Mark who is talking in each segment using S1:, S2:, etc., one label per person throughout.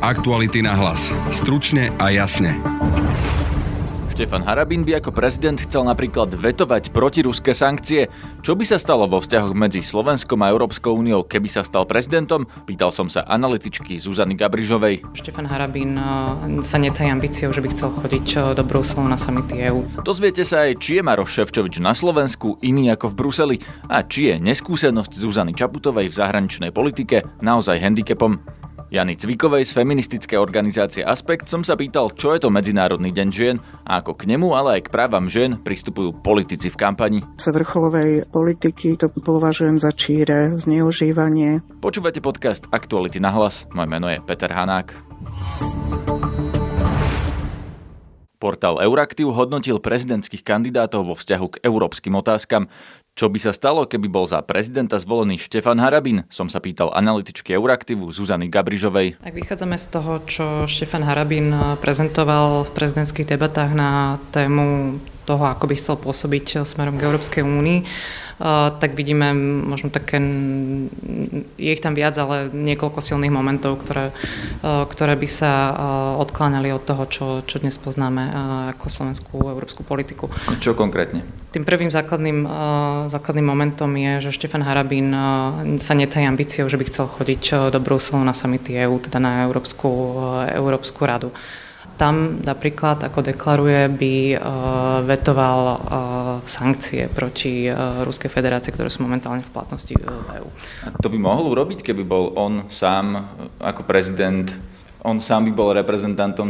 S1: Aktuality na hlas. Stručne a jasne.
S2: Štefan Harabín by ako prezident chcel napríklad vetovať protiruské sankcie. Čo by sa stalo vo vzťahoch medzi Slovenskom a Európskou úniou, keby sa stal prezidentom? Pýtal som sa analytičky Zuzany Gabrižovej.
S3: Štefan Harabín sa netají ambíciou, že by chcel chodiť do Bruselu na samity EÚ.
S2: Dozviete sa aj, či je Maroš Šefčovič na Slovensku iný ako v Bruseli a či je neskúsenosť Zuzany Čaputovej v zahraničnej politike naozaj handicapom. Jany Cvikovej z feministickej organizácie Aspekt som sa pýtal, čo je to Medzinárodný deň žien a ako k nemu, ale aj k právam žien pristupujú politici v kampani.
S4: Z vrcholovej politiky to považujem za číre zneužívanie.
S2: Počúvate podcast Aktuality na hlas. Moje meno je Peter Hanák. Portál Euraktiv hodnotil prezidentských kandidátov vo vzťahu k európskym otázkam. Čo by sa stalo, keby bol za prezidenta zvolený Štefan Harabín? Som sa pýtal analytičky Euraktivu Zuzany Gabrižovej.
S3: Ak vychádzame z toho, čo Štefan Harabín prezentoval v prezidentských debatách na tému toho, ako by chcel pôsobiť smerom k Európskej únii, tak vidíme možno také, je ich tam viac, ale niekoľko silných momentov, ktoré by sa odkláňali od toho, čo dnes poznáme ako slovenskú európsku politiku.
S2: Čo konkrétne?
S3: Tým prvým základným momentom je, že Štefan Harabín sa netají ambíciou, že by chcel chodiť do Bruselu na samity EÚ, teda na Európsku radu. Tam napríklad, ako deklaruje, by vetoval sankcie proti Ruskej federácii, ktoré sú momentálne v platnosti v EÚ.
S2: To by mohol urobiť, keby bol on sám ako prezident, on sám by bol reprezentantom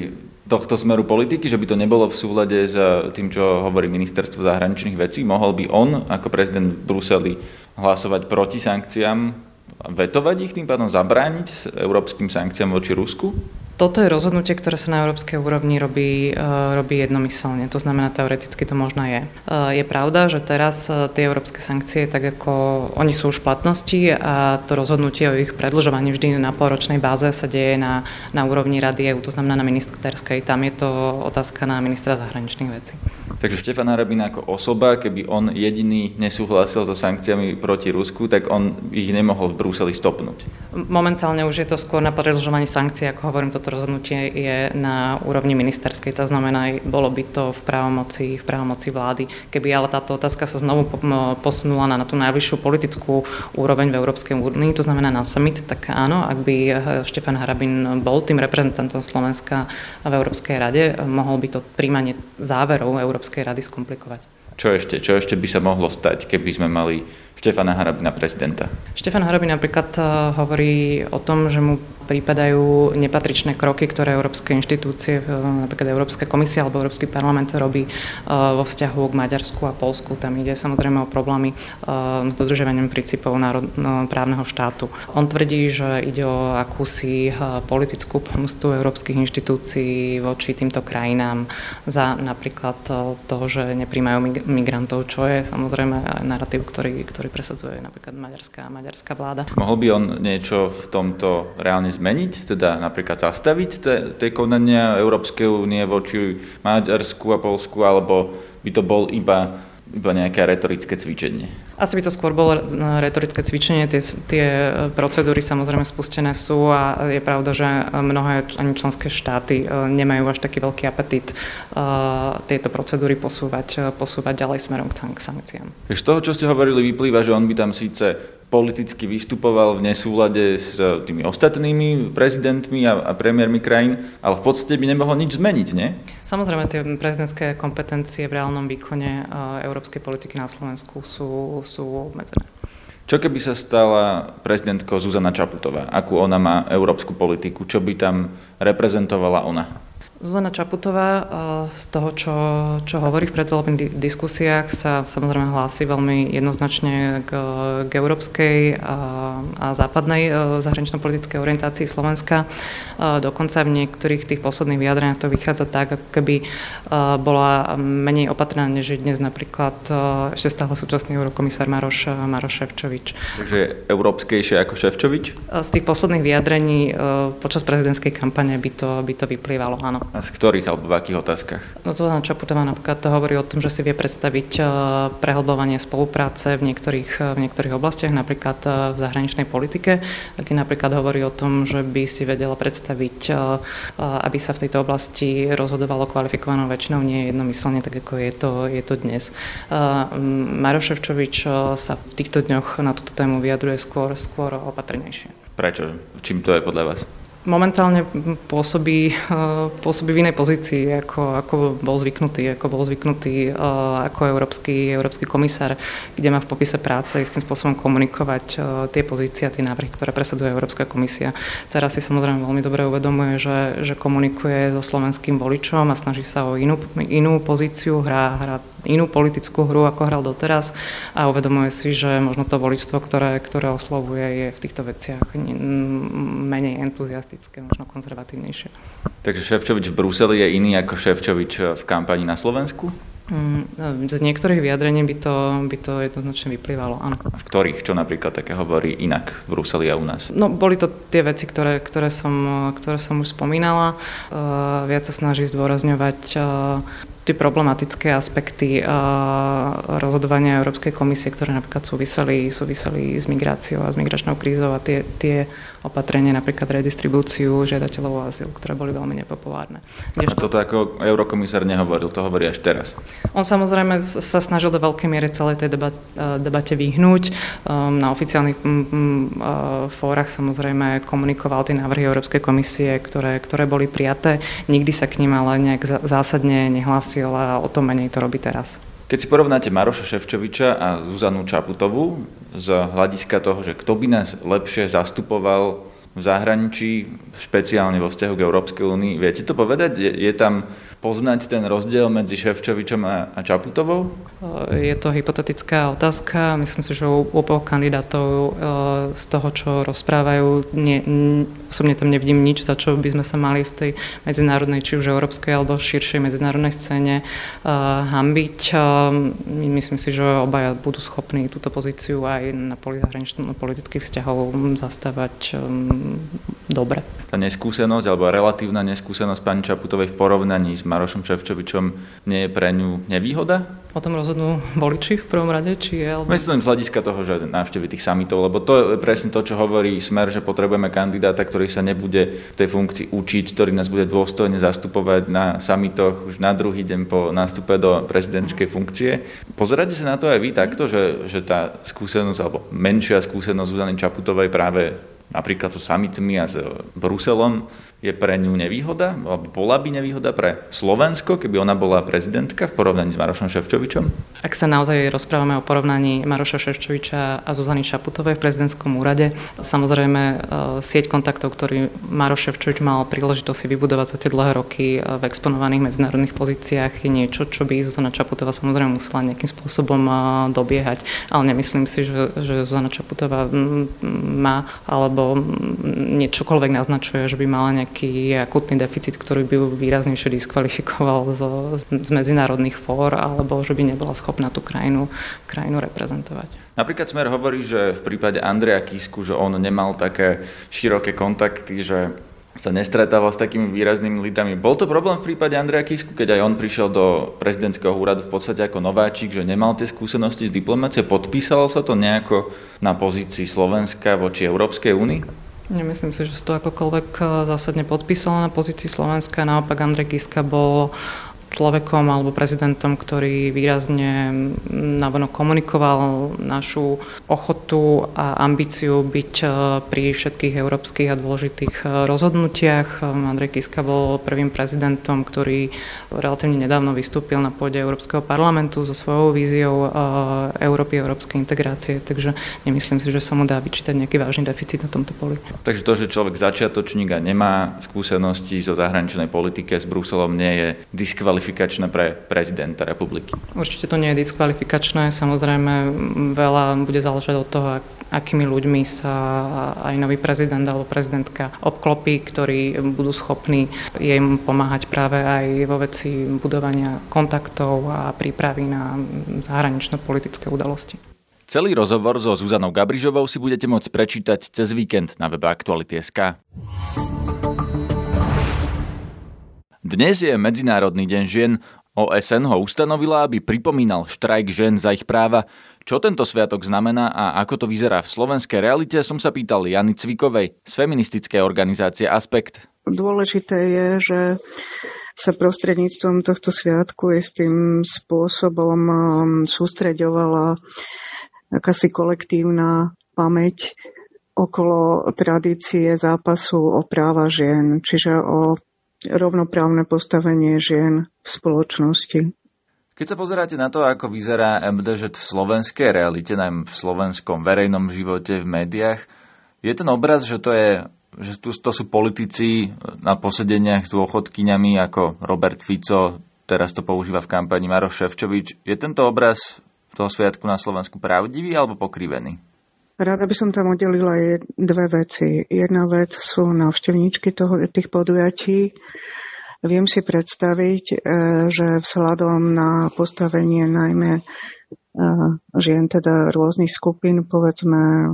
S2: tohto smeru politiky, že by to nebolo v súlade s tým, čo hovorí ministerstvo zahraničných vecí? Mohol by on ako prezident v Bruseli hlasovať proti sankciám, vetovať ich, tým pádom zabrániť európskym sankciám voči Rusku?
S3: Toto je rozhodnutie, ktoré sa na európskej úrovni robí jednomyselne. To znamená, teoreticky to možno je. Je pravda, že teraz tie európske sankcie, tak ako oni sú už v platnosti a to rozhodnutie o ich predĺžovaní vždy na polročnej báze sa deje na úrovni Rady EÚ, to znamená na ministerskej. Tam je to otázka na ministra zahraničných vecí.
S2: Takže Štefan Harabín ako osoba, keby on jediný nesúhlasil so sankciami proti Rusku, tak on ich nemohol v Bruseli stopnúť.
S3: Momentálne už je to skôr na predĺžovaní sankcií, ako hovorím, toto rozhodnutie je na úrovni ministerskej, to znamená, bolo by to v právomoci vlády. Keby ale táto otázka sa znovu posunula na tú najvyššiu politickú úroveň v Európskej únii, to znamená na summit, tak áno, ak by Štefan Harabín bol tým reprezentantom Slovenska v Európskej rade, mohol by to príjmanie záverov Európskej rady skomplikovať.
S2: Čo ešte by sa mohlo stať, keby sme mali Štefana Harabína prezidenta?
S3: Štefan Harabín napríklad hovorí o tom, že mu prípadajú nepatričné kroky, ktoré európske inštitúcie, napríklad Európska komisia alebo Európsky parlament robí vo vzťahu k Maďarsku a Poľsku. Tam ide samozrejme o problémy s dodržiavaním princípov právneho štátu. On tvrdí, že ide o akúsi politickú pomstu európskych inštitúcií voči týmto krajinám za napríklad to, že nepríjmajú migrantov, čo je samozrejme narratív, ktorý presadzuje napríklad maďarská vláda.
S2: Mohol by on niečo v tomto reálne zmeniť, teda napríklad zastaviť tie konania Európskej únie voči Maďarsku a Poľsku, alebo by to bol iba nejaké retorické cvičenie?
S3: Asi by to skôr bolo retorické cvičenie. Tie procedúry samozrejme spustené sú a je pravda, že mnohé ani členské štáty nemajú až taký veľký apetít tieto procedúry posúvať ďalej smerom k sankciám. Z
S2: toho, čo ste hovorili, vyplýva, že on by tam síce politicky vystupoval v nesúlade s tými ostatnými prezidentmi a premiérmi krajín, ale v podstate by nemohol nič zmeniť, nie?
S3: Samozrejme, tie prezidentské kompetencie v reálnom výkone európskej politiky na Slovensku sú obmedzené.
S2: Čo keby sa stala prezidentkou Zuzana Čaputová? Akú ona má európsku politiku? Čo by tam reprezentovala ona?
S3: Zuzana Čaputová z toho, čo hovorí v predvolebných diskusiách, sa samozrejme hlási veľmi jednoznačne k európskej a západnej zahranično-politickej orientácii Slovenska. Dokonca v niektorých tých posledných vyjadreniach to vychádza tak, ako keby bola menej opatrná, než je dnes napríklad ešte stále súčasný eurokomisár Maroš Šefčovič.
S2: Takže európskejšie ako Šefčovič?
S3: Z tých posledných vyjadrení počas prezidentskej kampane by to vyplývalo, áno.
S2: A z ktorých alebo v akých otázkach?
S3: Zuzana Čaputová napríklad hovorí o tom, že si vie predstaviť prehlbovanie spolupráce v niektorých oblastiach, napríklad v zahraničnej politike, taký napríklad hovorí o tom, že by si vedela predstaviť, aby sa v tejto oblasti rozhodovalo kvalifikovanou väčšinou, nie jednomyselne, tak ako je to dnes. Maroš Šefčovič sa v týchto dňoch na túto tému vyjadruje skôr opatrnejšie. Prečo?
S2: Čím to je podľa vás?
S3: Momentálne pôsobí v inej pozícii, ako bol zvyknutý ako európsky komisár, kde má v popise práce istým spôsobom komunikovať tie pozície a tie návrhy, ktoré presadzuje Európska komisia. Teraz si samozrejme veľmi dobre uvedomuje, že komunikuje so slovenským voličom a snaží sa o inú pozíciu, hrá inú politickú hru, ako hral doteraz a uvedomuje si, že možno to voličstvo, ktoré oslovuje, je v týchto veciach menej entuziastické, možno konzervatívnejšie.
S2: Takže Šefčovič v Bruseli je iný ako Šefčovič v kampani na Slovensku?
S3: Z niektorých vyjadrení by to jednoznačne vyplývalo, áno.
S2: A v ktorých? Čo napríklad také hovorí inak v Bruseli a u nás?
S3: No, boli to tie veci, ktoré som už spomínala. Viac sa snaží zdôrazňovať tie problematické aspekty rozhodovania Európskej komisie, ktoré napríklad súviseli s migráciou a s migračnou krízou a tie opatrenia, napríklad redistribúciu žiadateľov o azyl, ktoré boli veľmi nepopulárne.
S2: A toto ako eurokomisár nehovoril, to hovorí až teraz.
S3: On samozrejme sa snažil do veľkej miery celej tej debate vyhnúť. Na oficiálnych fórach samozrejme komunikoval tie návrhy Európskej komisie, ktoré boli prijaté. Nikdy sa k nim ale nejak zásadne nehlásil a o tom menej to robí teraz.
S2: Keď si porovnáte Maroša Šefčoviča a Zuzanu Čaputovú z hľadiska toho, že kto by nás lepšie zastupoval v zahraničí, špeciálne vo vzťahu k Európskej únii, viete to povedať? Je tam poznať ten rozdiel medzi Šefčovičom a Čaputovou?
S3: Je to hypotetická otázka. Myslím si, že u oboch kandidátov z toho, čo rozprávajú, osobne tam nevidím nič, za čo by sme sa mali v tej medzinárodnej, či už európskej alebo širšej medzinárodnej scéne hanbiť. Myslím si, že obaja budú schopní túto pozíciu aj na poli zahranično-politických vzťahov zastávať dobre.
S2: Tá neskúsenosť alebo relatívna neskúsenosť pani Čaputovej v porovnaní s Marošom Šefčovičom nie je pre ňu nevýhoda?
S3: O tom rozhodnú voliči v prvom rade, či je? Alebo...
S2: Myslím z hľadiska toho, že návšteví tých summitov, lebo to je presne to, čo hovorí Smer, že potrebujeme kandidáta, ktorý sa nebude v tej funkcii učiť, ktorý nás bude dôstojne zastupovať na summitoch už na druhý deň po nástupe do prezidentskej funkcie. Pozeráte sa na to aj vy takto, že tá skúsenosť alebo menšia skúsenosť Zuzany Čaputovej práve napríklad so summitmi a s Bruselom je pre ňu nevýhoda? Alebo bola by nevýhoda pre Slovensko, keby ona bola prezidentka v porovnaní s Marošom Šefčovičom?
S3: Ak sa naozaj rozprávame o porovnaní Maroša Šefčoviča a Zuzany Čaputovej v prezidentskom úrade, samozrejme sieť kontaktov, ktorý Maroš Šefčovič mal príležitosť si vybudovať za tie dlhé roky v exponovaných medzinárodných pozíciách, je niečo, čo by Zuzana Čaputová samozrejme musela nejakým spôsobom dobiehať. Ale nemyslím si, že Zuzana Čaputová má alebo niečokoľvek naznačuje, že by mala nejaký akutný deficit, ktorý by ju výraznejšie diskvalifikoval z medzinárodných fór, alebo že by nebola schopná tú krajinu reprezentovať.
S2: Napríklad Smer hovorí, že v prípade Andreja Kisku, že on nemal také široké kontakty, že sa nestretával s takými výraznými lídrami. Bol to problém v prípade Andreja Kisku, keď aj on prišiel do prezidentského úradu v podstate ako nováčik, že nemal tie skúsenosti z diplomácie? Podpísalo sa to nejako na pozícii Slovenska voči Európskej únii?
S3: Nemyslím si, že sa to akokoľvek zásadne podpísalo na pozícii Slovenska. Naopak Andrej Kiska bol človekom alebo prezidentom, ktorý výrazne navonok komunikoval našu ochotu a ambíciu byť pri všetkých európskych a dôležitých rozhodnutiach. Andrej Kiska bol prvým prezidentom, ktorý relatívne nedávno vystúpil na pôde Európskeho parlamentu so svojou víziou Európy, európskej integrácie, takže nemyslím si, že sa mu dá vyčítať nejaký vážny deficit na tomto poli.
S2: Takže to, že človek začiatočník a nemá skúsenosti zo zahraničnej politike s Bruselom, nie je diskvalifikačné pre prezidenta republiky? Určite
S3: to nie je diskvalifikačné. Samozrejme, veľa bude záležať od toho, akými ľuďmi sa aj nový prezident alebo prezidentka obklopí, ktorí budú schopní jej pomáhať práve aj vo veci budovania kontaktov a prípravy na zahranično-politické udalosti.
S2: Celý rozhovor so Zuzanou Gabrižovou si budete môcť prečítať cez víkend na webe Aktuality.sk. Dnes je Medzinárodný deň žien. OSN ho ustanovila, aby pripomínal štrajk žien za ich práva. Čo tento sviatok znamená a ako to vyzerá v slovenskej realite, som sa pýtal Jany Cvikovej z feministickej organizácie Aspekt.
S4: Dôležité je, že sa prostredníctvom tohto sviatku istým spôsobom sústreďovala akási kolektívna pamäť okolo tradície zápasu o práva žien, čiže o rovnoprávne postavenie žien v spoločnosti.
S2: Keď sa pozeráte na to, ako vyzerá MDŽ v slovenskej realite, najmä v slovenskom verejnom živote, v médiách, je ten obraz, že to sú politici na posedeniach s dôchodkyňami ako Robert Fico, teraz to používa v kampani Maroš Šefčovič. Je tento obraz toho sviatku na Slovensku pravdivý alebo pokrivený?
S4: Rada by som tam oddelila dve veci. Jedna vec sú návštevníčky tých podujatí. Viem si predstaviť, že vzhľadom na postavenie najmä žien, teda rôznych skupín, povedzme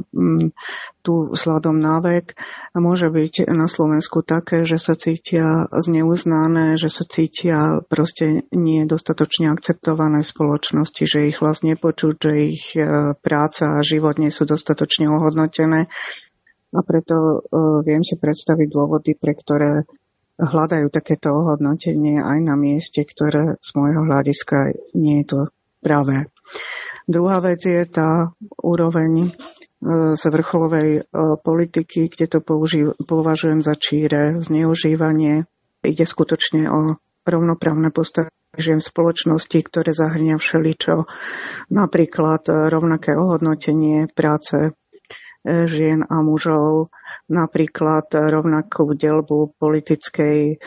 S4: tu vzhľadom na vek, môže byť na Slovensku také, že sa cítia zneuznané, že sa cítia proste nie dostatočne akceptované v spoločnosti, že ich hlas nepočuť, že ich práca a život nie sú dostatočne ohodnotené. A preto viem si predstaviť dôvody, pre ktoré hľadajú takéto ohodnotenie aj na mieste, ktoré z môjho hľadiska nie je to pravé. Druhá vec je tá úroveň z vrcholovej politiky, kde to považujem za číre zneužívanie. Ide skutočne o rovnoprávne postavenie žien v spoločnosti, ktoré zahŕňa všeličo, napríklad rovnaké ohodnotenie práce žien a mužov, napríklad rovnakú deľbu politickej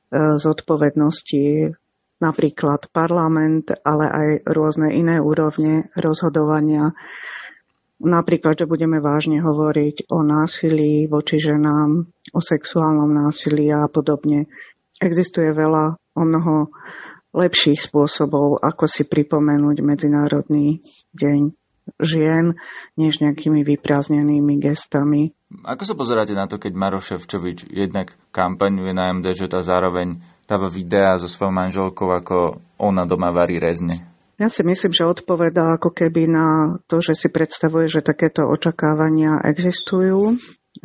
S4: zodpovednosti, napríklad parlament, ale aj rôzne iné úrovne rozhodovania. Napríklad, že budeme vážne hovoriť o násilí voči ženám, o sexuálnom násilí a podobne. Existuje o mnoho lepších spôsobov, ako si pripomenúť Medzinárodný deň žien, než nejakými vyprázdnenými gestami.
S2: Ako sa pozeráte na to, keď Maroš Šefčovič jednak kampaňuje na MDŽ a zároveň dáva videá so svojou manželkou, ako ona doma varí rezne?
S4: Ja si myslím, že odpovedá ako keby na to, že si predstavuje, že takéto očakávania existujú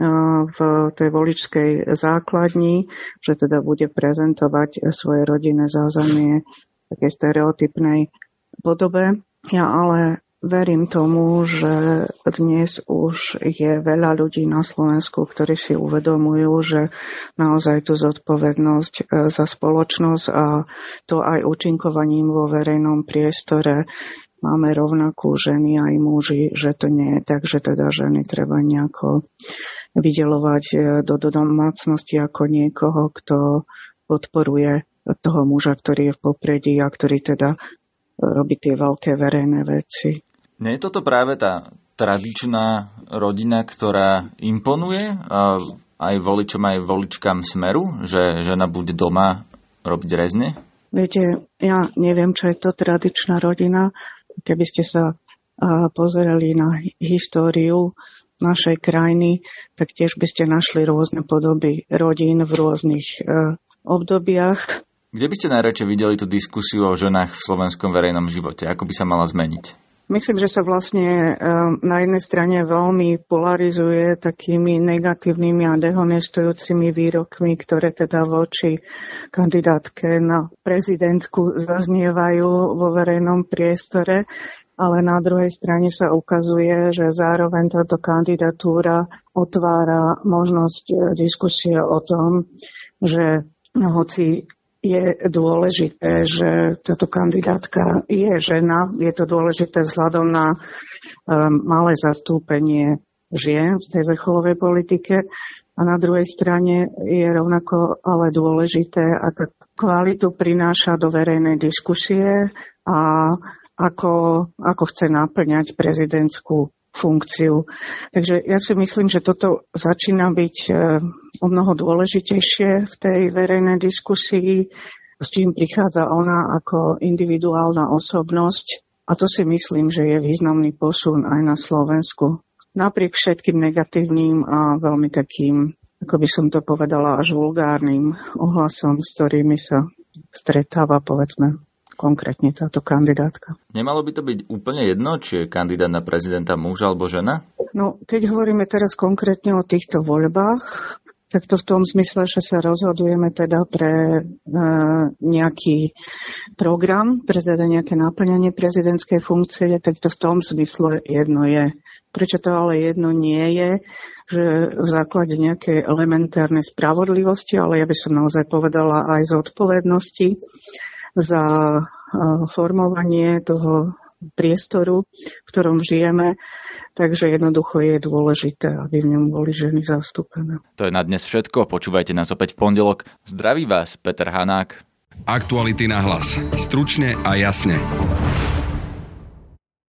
S4: v tej voličskej základni, že teda bude prezentovať svoje rodinné zázemie v takej stereotypnej podobe. Ja ale verím tomu, že dnes už je veľa ľudí na Slovensku, ktorí si uvedomujú, že naozaj tú zodpovednosť za spoločnosť a to aj účinkovaním vo verejnom priestore máme rovnakú ženy aj muži, že to nie je tak, že teda ženy treba nejako vydeľovať do domácnosti ako niekoho, kto podporuje toho muža, ktorý je v popredí a ktorý teda robí tie veľké verejné veci.
S2: Nie je toto práve tá tradičná rodina, ktorá imponuje aj voličom, aj voličkám Smeru, že žena bude doma robiť rezne?
S4: Viete, ja neviem, čo je to tradičná rodina. Keby ste sa pozerali na históriu našej krajiny, tak tiež by ste našli rôzne podoby rodín v rôznych obdobiach.
S2: Kde by ste najradšej videli tú diskusiu o ženách v slovenskom verejnom živote? Ako by sa mala zmeniť?
S4: Myslím, že sa vlastne na jednej strane veľmi polarizuje takými negatívnymi a dehonestujúcimi výrokmi, ktoré teda voči kandidátke na prezidentku zaznievajú vo verejnom priestore, ale na druhej strane sa ukazuje, že zároveň táto kandidatúra otvára možnosť diskusie o tom, že hoci je dôležité, že táto kandidátka je žena. Je to dôležité vzhľadom na malé zastúpenie žien v tej vrcholovej politike. A na druhej strane je rovnako ale dôležité, akú kvalitu prináša do verejnej diskusie a ako chce naplňať prezidentskú funkciu. Takže ja si myslím, že toto začína byť o mnoho dôležitejšie v tej verejnej diskusii, s čím prichádza ona ako individuálna osobnosť. A to si myslím, že je významný posun aj na Slovensku. Napriek všetkým negatívnym a veľmi takým, ako by som to povedala, až vulgárnym ohlasom, s ktorými sa stretáva, povedzme, konkrétne táto kandidátka.
S2: Nemalo by to byť úplne jedno, či je kandidát na prezidenta muž alebo žena?
S4: No, keď hovoríme teraz konkrétne o týchto voľbách, tak to v tom zmysle, že sa rozhodujeme teda pre nejaký program, pre teda nejaké naplňanie prezidentskej funkcie, tak to v tom zmysle jedno je. Prečo to ale jedno nie je, že v základe nejakej elementárnej spravodlivosti, ale ja by som naozaj povedala aj zodpovednosti za formovanie toho priestoru, v ktorom žijeme. Takže jednoducho je dôležité, aby v ňom boli ženy zastúpené.
S2: To je na dnes všetko. Počúvajte nás opäť v pondelok. Zdraví vás Peter Hanák.
S1: Aktuality na hlas. Stručne a jasne.